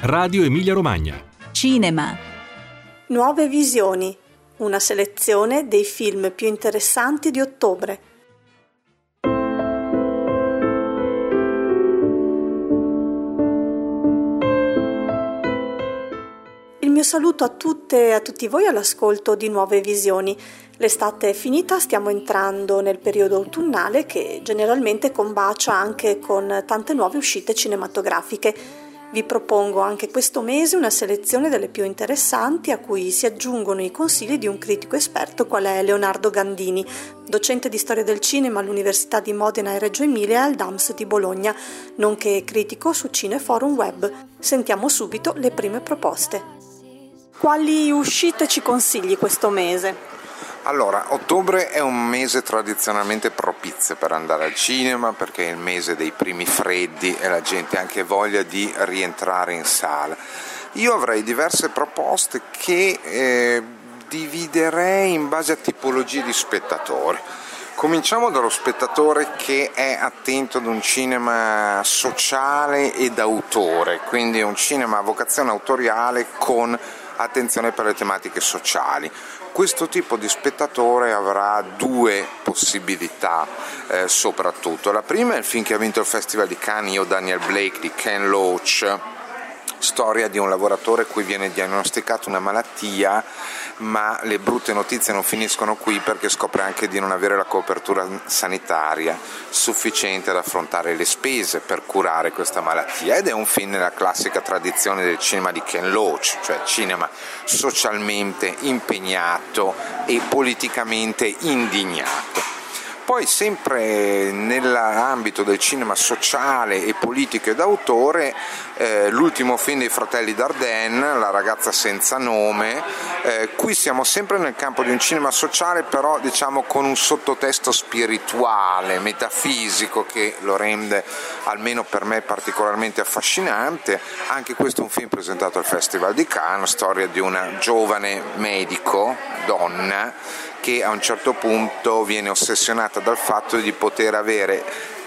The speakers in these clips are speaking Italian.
Radio Emilia Romagna. Cinema. Nuove visioni, una selezione dei film più interessanti di ottobre. Il mio saluto a tutte e a tutti voi all'ascolto di Nuove Visioni. L'estate è finita, stiamo entrando nel periodo autunnale che generalmente combacia anche con tante nuove uscite cinematografiche. Vi propongo anche questo mese una selezione delle più interessanti a cui si aggiungono i consigli di un critico esperto qual è Leonardo Gandini, docente di storia del cinema all'Università di Modena e Reggio Emilia e al DAMS di Bologna, nonché critico su Cineforum Web. Sentiamo subito le prime proposte. Quali uscite ci consigli questo mese? Allora, ottobre è un mese tradizionalmente propizio per andare al cinema perché è il mese dei primi freddi e la gente ha anche voglia di rientrare in sala. Io avrei diverse proposte che dividerei in base a tipologie di spettatori. Cominciamo dallo spettatore che è attento ad un cinema sociale e d'autore, quindi un cinema a vocazione autoriale con attenzione per le tematiche sociali. Questo tipo di spettatore avrà due possibilità soprattutto. La prima è il film che ha vinto il Festival di Cannes, Io Daniel Blake di Ken Loach, storia di un lavoratore a cui viene diagnosticata una malattia, ma le brutte notizie non finiscono qui perché scopre anche di non avere la copertura sanitaria sufficiente ad affrontare le spese per curare questa malattia, ed è un film nella classica tradizione del cinema di Ken Loach, cioè cinema socialmente impegnato e politicamente indignato. Poi sempre nell'ambito del cinema sociale e politico e d'autore, l'ultimo film dei fratelli Dardenne, La ragazza senza nome. Qui siamo sempre nel campo di un cinema sociale, però diciamo con un sottotesto spirituale, metafisico, che lo rende almeno per me particolarmente affascinante. Anche questo è un film presentato al Festival di Cannes, storia di una giovane medico, donna, che a un certo punto viene ossessionata dal fatto di poter avere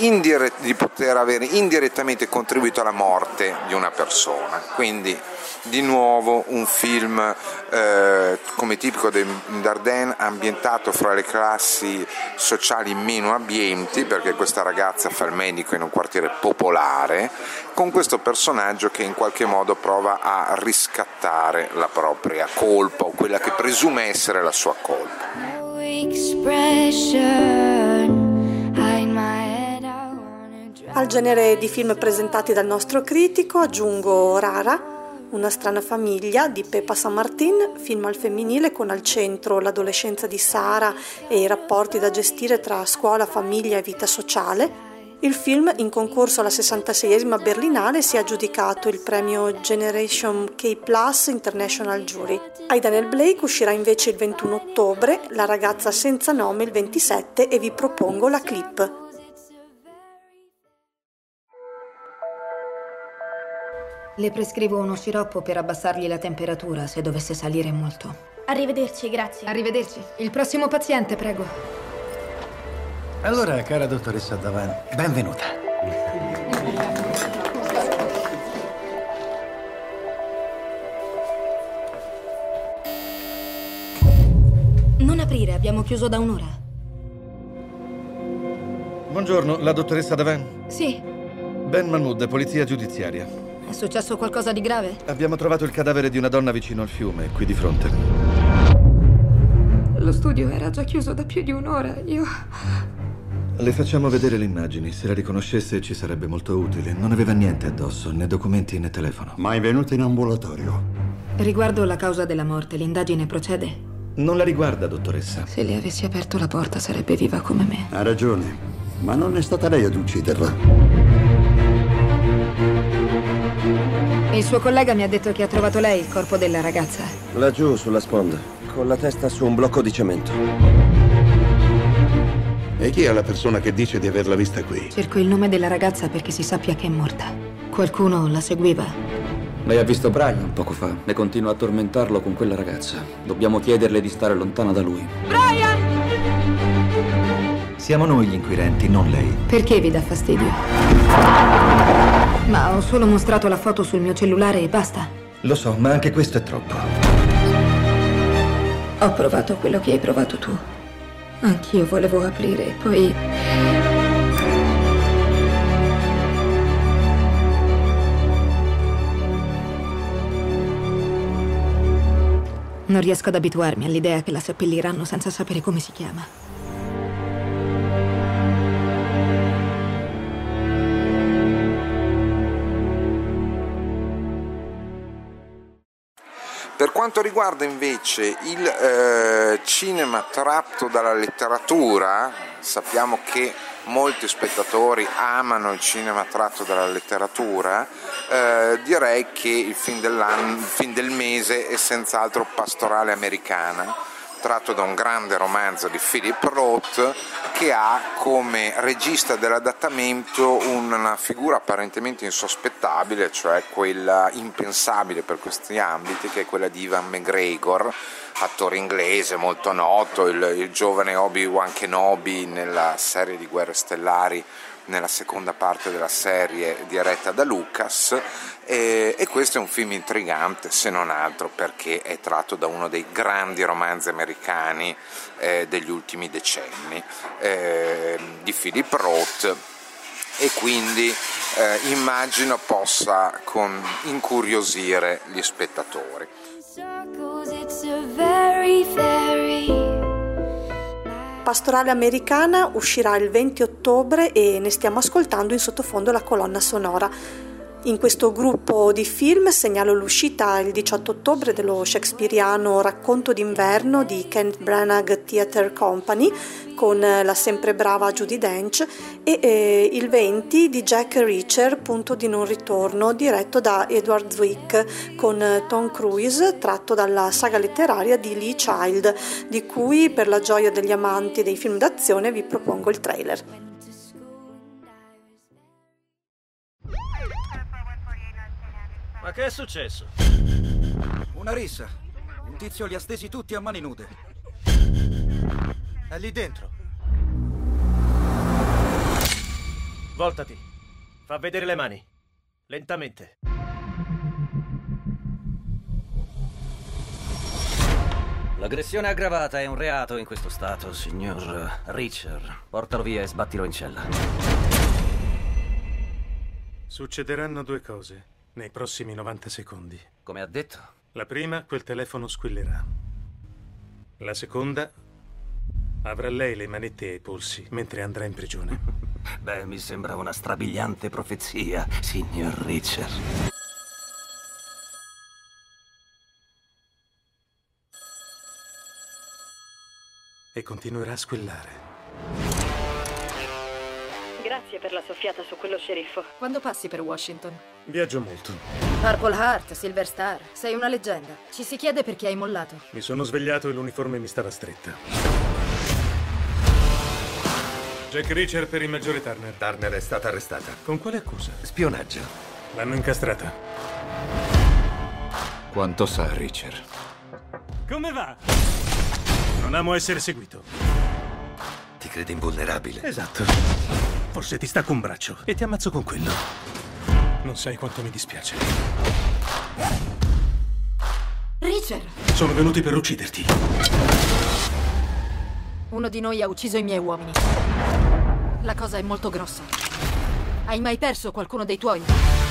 indirettamente contribuito alla morte di una persona. Quindi di nuovo un film come tipico dei Dardenne, ambientato fra le classi sociali meno abbienti, perché questa ragazza fa il medico in un quartiere popolare, con questo personaggio che in qualche modo prova a riscattare la propria colpa o quella che presume essere la sua colpa. Al genere di film presentati dal nostro critico aggiungo Rara, Una strana famiglia di Pepa San Martin, film al femminile con al centro l'adolescenza di Sara e i rapporti da gestire tra scuola, famiglia e vita sociale. Il film, in concorso alla 66esima Berlinale, si è aggiudicato il premio Generation K+ International Jury. Ai Daniel Blake uscirà invece il 21 ottobre, La ragazza senza nome il 27, e vi propongo la clip. Le prescrivo uno sciroppo per abbassargli la temperatura se dovesse salire molto. Arrivederci, grazie. Arrivederci. Il prossimo paziente, prego. Allora, cara dottoressa Davan, benvenuta. Non aprire, abbiamo chiuso da un'ora. Buongiorno, la dottoressa Davan? Sì. Ben Mahmood, polizia giudiziaria. È successo qualcosa di grave? Abbiamo trovato il cadavere di una donna vicino al fiume, qui di fronte. Lo studio era già chiuso da più di un'ora. Le facciamo vedere le immagini. Se la riconoscesse ci sarebbe molto utile. Non aveva niente addosso, né documenti né telefono. Mai venuta in ambulatorio? Riguardo la causa della morte, l'indagine procede? Non la riguarda, dottoressa. Se le avessi aperto la porta sarebbe viva come me. Ha ragione, ma non è stata lei ad ucciderla. Il suo collega mi ha detto che ha trovato lei il corpo della ragazza. Laggiù, sulla sponda, con la testa su un blocco di cemento. E chi è la persona che dice di averla vista qui? Cerco il nome della ragazza perché si sappia che è morta. Qualcuno la seguiva. Lei ha visto Brian poco fa e continua a tormentarlo con quella ragazza. Dobbiamo chiederle di stare lontana da lui. Brian! Siamo noi gli inquirenti, non lei. Perché vi dà fastidio? Ma ho solo mostrato la foto sul mio cellulare e basta. Lo so, ma anche questo è troppo. Ho provato quello che hai provato tu. Anch'io volevo aprire, poi... Non riesco ad abituarmi all'idea che la seppelliranno senza sapere come si chiama. Per quanto riguarda invece il cinema tratto dalla letteratura, sappiamo che molti spettatori amano il cinema tratto dalla letteratura, direi che il film del mese è senz'altro Pastorale Americana, tratto da un grande romanzo di Philip Roth, che ha come regista dell'adattamento una figura apparentemente insospettabile, cioè quella impensabile per questi ambiti, che è quella di Ewan McGregor, attore inglese molto noto, il giovane Obi-Wan Kenobi nella serie di Guerre Stellari, nella seconda parte della serie diretta da Lucas, e questo è un film intrigante, se non altro perché è tratto da uno dei grandi romanzi americani degli ultimi decenni, di Philip Roth, e quindi immagino possa incuriosire gli spettatori. Pastorale Americana uscirà il 20 ottobre e ne stiamo ascoltando in sottofondo la colonna sonora. In questo gruppo di film segnalo l'uscita il 18 ottobre dello shakespeariano Racconto d'inverno di Kenneth Branagh Theatre Company con la sempre brava Judi Dench e il 20 di Jack Reacher, Punto di non ritorno, diretto da Edward Zwick con Tom Cruise, tratto dalla saga letteraria di Lee Child, di cui per la gioia degli amanti dei film d'azione vi propongo il trailer. Ma che è successo? Una rissa. Un tizio li ha stesi tutti a mani nude. È lì dentro. Voltati. Fa vedere le mani. Lentamente. L'aggressione aggravata è un reato in questo stato, signor Reacher. Portalo via e sbattilo in cella. Succederanno due cose nei prossimi 90 secondi. Come ha detto? La prima, quel telefono squillerà. La seconda, avrà lei le manette ai polsi mentre andrà in prigione. Beh, mi sembra una strabiliante profezia, signor Reacher. E continuerà a squillare. Grazie per la soffiata su quello sceriffo. Quando passi per Washington? Viaggio molto. Purple Heart, Silver Star, sei una leggenda. Ci si chiede perché hai mollato. Mi sono svegliato e l'uniforme mi stava stretta. Jack Reacher per il maggiore Turner. Turner è stata arrestata. Con quale accusa? Spionaggio. L'hanno incastrata. Quanto sa Reacher? Come va? Non amo essere seguito. Ti credi invulnerabile? Esatto. Forse ti stacco un braccio e ti ammazzo con quello. Non sai quanto mi dispiace. Reacher! Sono venuti per ucciderti. Uno di noi ha ucciso i miei uomini. La cosa è molto grossa. Hai mai perso qualcuno dei tuoi?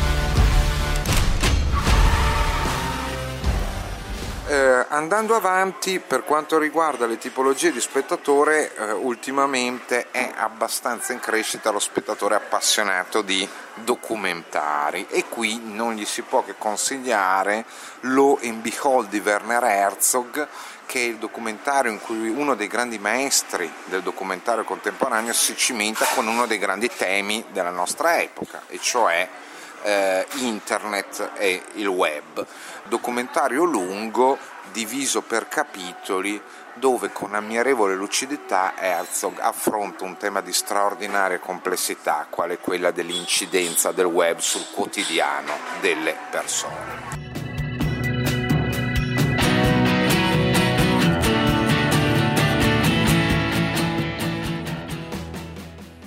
Andando avanti, per quanto riguarda le tipologie di spettatore, ultimamente è abbastanza in crescita lo spettatore appassionato di documentari, e qui non gli si può che consigliare Lo and Behold di Werner Herzog, che è il documentario in cui uno dei grandi maestri del documentario contemporaneo si cimenta con uno dei grandi temi della nostra epoca, e cioè internet e il web. Documentario lungo, diviso per capitoli, dove con ammirevole lucidità Herzog affronta un tema di straordinaria complessità, quale quella dell'incidenza del web sul quotidiano delle persone.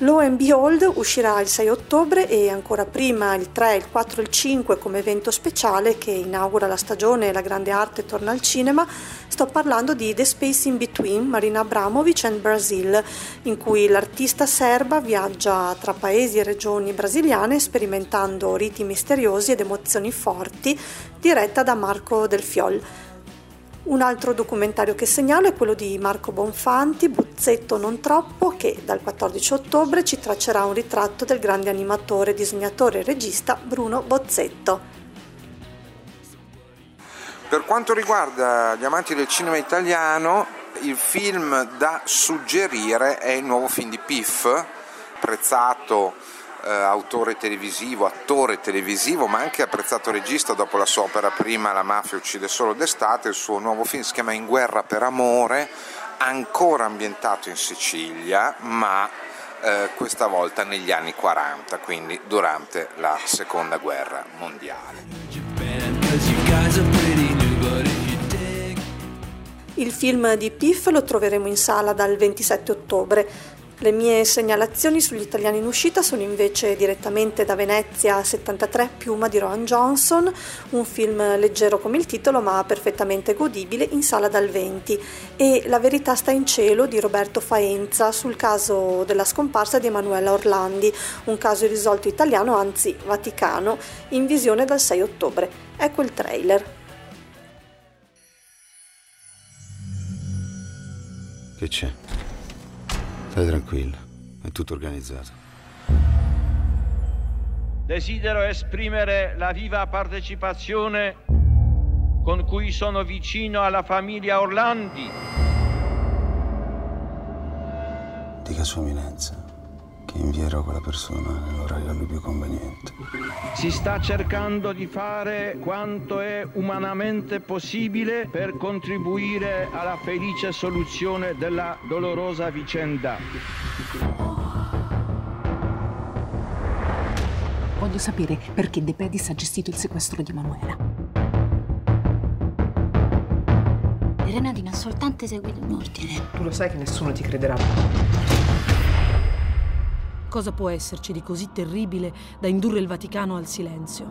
Lo and Behold uscirà il 6 ottobre e ancora prima il 3, il 4 e il 5 come evento speciale che inaugura la stagione e la grande arte torna al cinema. Sto parlando di The Space in Between, Marina Abramovic and Brazil, in cui l'artista serba viaggia tra paesi e regioni brasiliane sperimentando riti misteriosi ed emozioni forti, diretta da Marco Del Fiol. Un altro documentario che segnalo è quello di Marco Bonfanti, Bozzetto non troppo, che dal 14 ottobre ci traccerà un ritratto del grande animatore, disegnatore e regista Bruno Bozzetto. Per quanto riguarda gli amanti del cinema italiano, il film da suggerire è il nuovo film di Piff, apprezzato attore televisivo, ma anche apprezzato regista dopo la sua opera prima La mafia uccide solo d'estate. Il suo nuovo film si chiama In guerra per amore, ancora ambientato in Sicilia, ma questa volta negli anni 40, quindi durante la seconda guerra mondiale. Il film di Piff lo troveremo in sala dal 27 ottobre. Le mie segnalazioni sugli italiani in uscita sono invece direttamente da Venezia 73, Piuma di Rowan Johnson, un film leggero come il titolo ma perfettamente godibile, in sala dal 20, e La verità sta in cielo di Roberto Faenza sul caso della scomparsa di Emanuela Orlandi, un caso irrisolto italiano, anzi vaticano, in visione dal 6 ottobre. Ecco il trailer. Che c'è? Stai tranquilla, è tutto organizzato. Desidero esprimere la viva partecipazione con cui sono vicino alla famiglia Orlandi. Dica Sua Eminenza che invierò quella persona nell'orario a lui più conveniente. Si sta cercando di fare quanto è umanamente possibile per contribuire alla felice soluzione della dolorosa vicenda. Voglio sapere perché De Pedis ha gestito il sequestro di Manuela. Elena non ha soltanto eseguito un ordine. Tu lo sai che nessuno ti crederà. Cosa può esserci di così terribile da indurre il Vaticano al silenzio?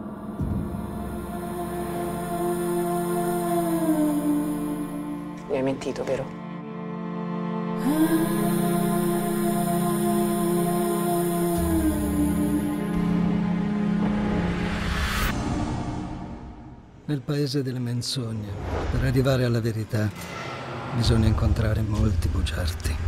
Mi hai mentito, vero? Nel paese delle menzogne, per arrivare alla verità, bisogna incontrare molti bugiardi.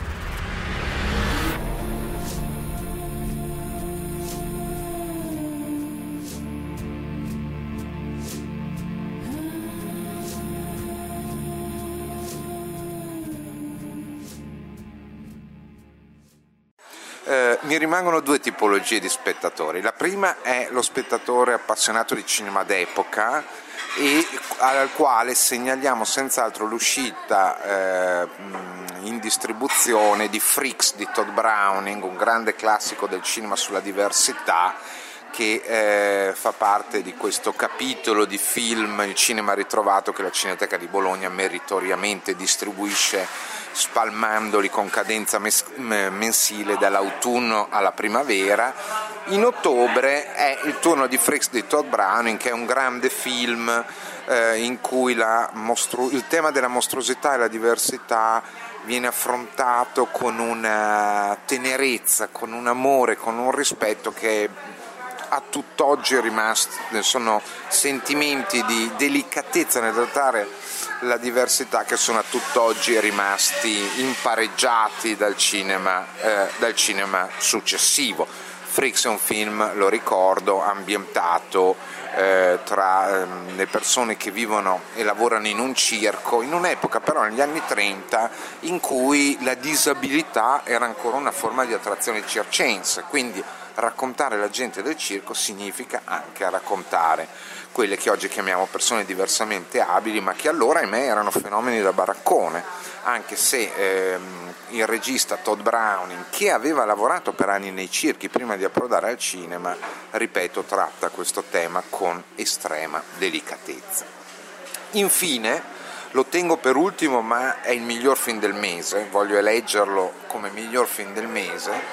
Mi rimangono due tipologie di spettatori. La prima è lo spettatore appassionato di cinema d'epoca e al quale segnaliamo senz'altro l'uscita in distribuzione di Freaks di Todd Browning, un grande classico del cinema sulla diversità, che fa parte di questo capitolo di film, il cinema ritrovato, che la Cineteca di Bologna meritoriamente distribuisce spalmandoli con cadenza mensile dall'autunno alla primavera. In ottobre è il turno di Freaks di Todd Browning, che è un grande film in cui il tema della mostruosità e la diversità viene affrontato con una tenerezza, con un amore, con un rispetto che a tutt'oggi è rimasto. Sono sentimenti di delicatezza nel trattare la diversità che sono a tutt'oggi rimasti impareggiati dal cinema successivo. Freaks è un film, lo ricordo, ambientato tra le persone che vivono e lavorano in un circo, in un'epoca però negli anni 30 in cui la disabilità era ancora una forma di attrazione circense, quindi raccontare la gente del circo significa anche raccontare quelle che oggi chiamiamo persone diversamente abili, ma che allora, ahimè, erano fenomeni da baraccone, anche se il regista Todd Browning, che aveva lavorato per anni nei circhi prima di approdare al cinema, ripeto, tratta questo tema con estrema delicatezza. Infine, lo tengo per ultimo, ma è il miglior film del mese, voglio eleggerlo come miglior film del mese,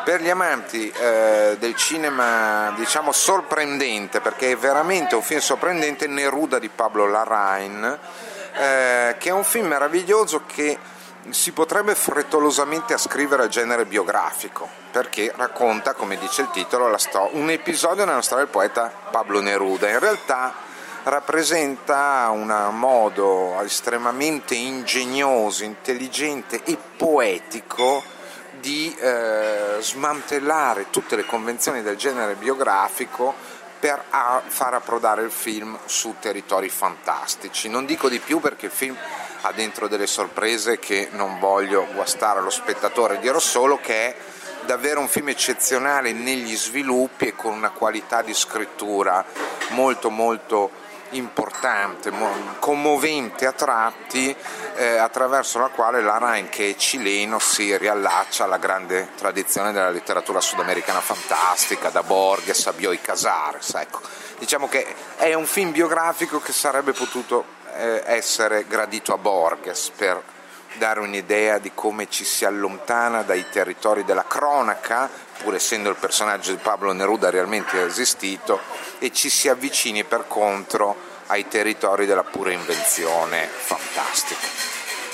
Per gli amanti del cinema, diciamo, sorprendente, perché è veramente un film sorprendente, Neruda di Pablo Larraín, che è un film meraviglioso che si potrebbe frettolosamente ascrivere al genere biografico, perché racconta, come dice il titolo, un episodio nella storia del poeta Pablo Neruda. In realtà rappresenta un modo estremamente ingegnoso, intelligente e poetico di smantellare tutte le convenzioni del genere biografico per far approdare il film su territori fantastici. Non dico di più perché il film ha dentro delle sorprese che non voglio guastare allo spettatore, dirò solo che è davvero un film eccezionale negli sviluppi e con una qualità di scrittura molto molto importante, commovente a tratti, attraverso la quale Larraín, che è cileno, si riallaccia alla grande tradizione della letteratura sudamericana fantastica, da Borges a Bioy Casares. Ecco, diciamo che è un film biografico che sarebbe potuto essere gradito a Borges, per dare un'idea di come ci si allontana dai territori della cronaca, pur essendo il personaggio di Pablo Neruda realmente esistito, e ci si avvicini per contro ai territori della pura invenzione fantastica.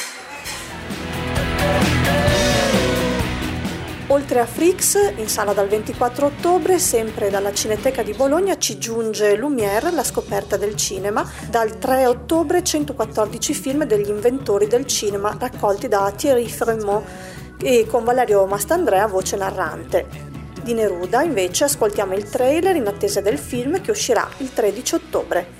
Oltre a Freaks, in sala dal 24 ottobre, sempre dalla Cineteca di Bologna, ci giunge Lumière, la scoperta del cinema. Dal 3 ottobre 114 film degli inventori del cinema raccolti da Thierry Frémaux e con Valerio Mastandrea voce narrante. Di Neruda invece ascoltiamo il trailer in attesa del film che uscirà il 13 ottobre.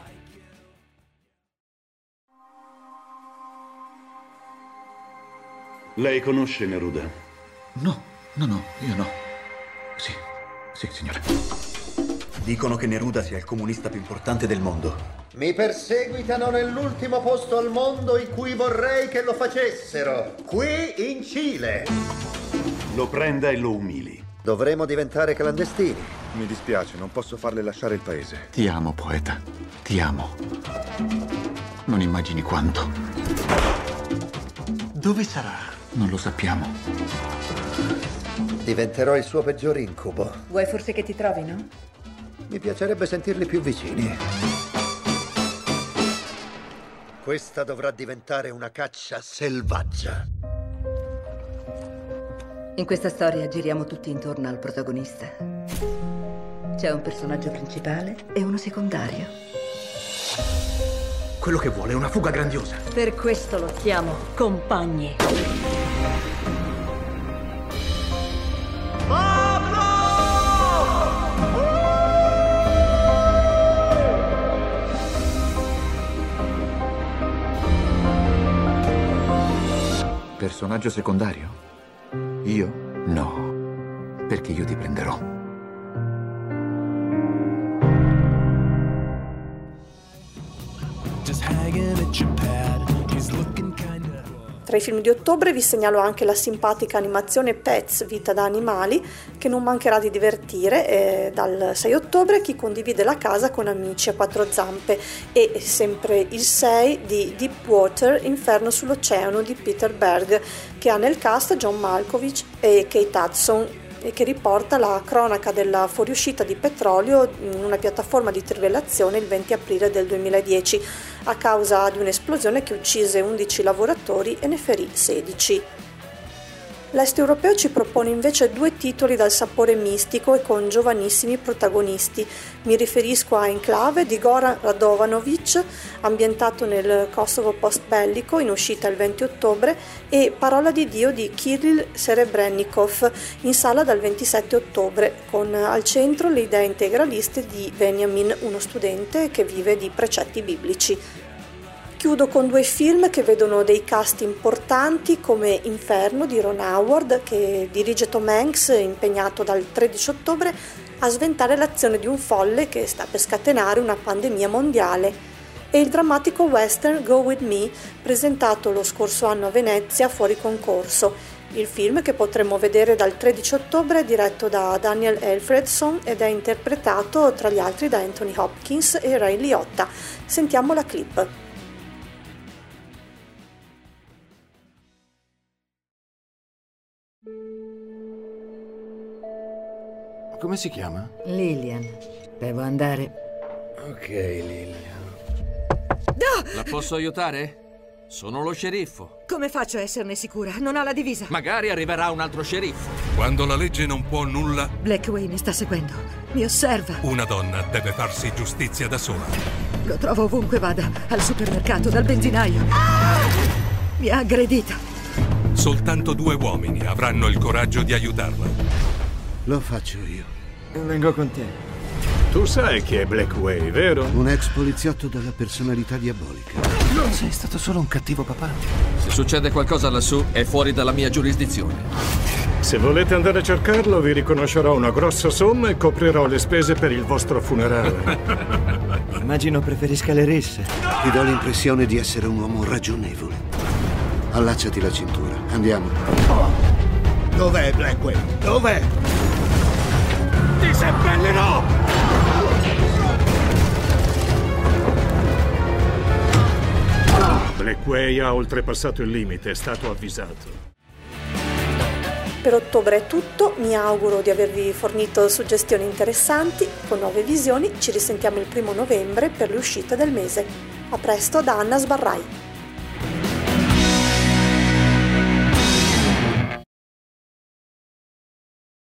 Lei conosce Neruda? No, io no. Sì, signore. Dicono che Neruda sia il comunista più importante del mondo. Mi perseguitano nell'ultimo posto al mondo in cui vorrei che lo facessero. Qui in Cile. Lo prenda e lo umili. Dovremo diventare clandestini. Mi dispiace, non posso farle lasciare il paese. Ti amo, poeta. Ti amo. Non immagini quanto. Dove sarà? Non lo sappiamo. Diventerò il suo peggior incubo. Vuoi forse che ti trovino? Mi piacerebbe sentirli più vicini. Questa dovrà diventare una caccia selvaggia. In questa storia giriamo tutti intorno al protagonista. C'è un personaggio principale e uno secondario. Quello che vuole è una fuga grandiosa. Per questo lo chiamo compagni. Personaggio secondario? Io? No, perché io ti prenderò. Tra i film di ottobre vi segnalo anche la simpatica animazione Pets, vita da animali, che non mancherà di divertire, dal 6 ottobre Chi condivide la casa con amici a quattro zampe, e sempre il 6 di Deepwater, Inferno sull'oceano di Peter Berg, che ha nel cast John Malkovich e Kate Hudson, e che riporta la cronaca della fuoriuscita di petrolio in una piattaforma di trivellazione il 20 aprile del 2010 a causa di un'esplosione che uccise 11 lavoratori e ne ferì 16. L'Est europeo ci propone invece 2 titoli dal sapore mistico e con giovanissimi protagonisti. Mi riferisco a Enclave di Goran Radovanovic, ambientato nel Kosovo post-bellico, in uscita il 20 ottobre, e Parola di Dio di Kirill Serebrennikov, in sala dal 27 ottobre, con al centro le idee integraliste di Benjamin, uno studente che vive di precetti biblici. Chiudo con 2 film che vedono dei cast importanti, come Inferno di Ron Howard, che dirige Tom Hanks, impegnato dal 13 ottobre a sventare l'azione di un folle che sta per scatenare una pandemia mondiale, e il drammatico western Go With Me, presentato lo scorso anno a Venezia fuori concorso. Il film, che potremo vedere dal 13 ottobre, è diretto da Daniel Elfredson ed è interpretato tra gli altri da Anthony Hopkins e Ray Liotta. Sentiamo la clip. Come si chiama? Lillian. Devo andare. Ok, Lillian. No! La posso aiutare? Sono lo sceriffo. Come faccio a esserne sicura? Non ha la divisa. Magari arriverà un altro sceriffo. Quando la legge non può nulla, Blackway mi sta seguendo. Mi osserva. una donna deve farsi giustizia da sola. Lo trovo ovunque vada. Al supermercato, dal benzinaio. Mi ha aggredita. Soltanto 2 uomini avranno il coraggio di aiutarla. Lo faccio io. Vengo con te. Tu sai chi è Blackway, vero? Un ex poliziotto dalla personalità diabolica. Sei stato solo un cattivo papà. Se succede qualcosa lassù, è fuori dalla mia giurisdizione. Se volete andare a cercarlo, vi riconoscerò una grossa somma e coprirò le spese per il vostro funerale. Immagino preferisca le risse. Ti do l'impressione di essere un uomo ragionevole. Allacciati la cintura. Andiamo. Dov'è Blackway? Dov'è? Ti seppellirò! Blackway ha oltrepassato il limite, è stato avvisato. Per ottobre è tutto, mi auguro di avervi fornito suggestioni interessanti. Con nuove visioni ci risentiamo il 1° novembre per le uscite del mese. A presto da Anna Sbarrai.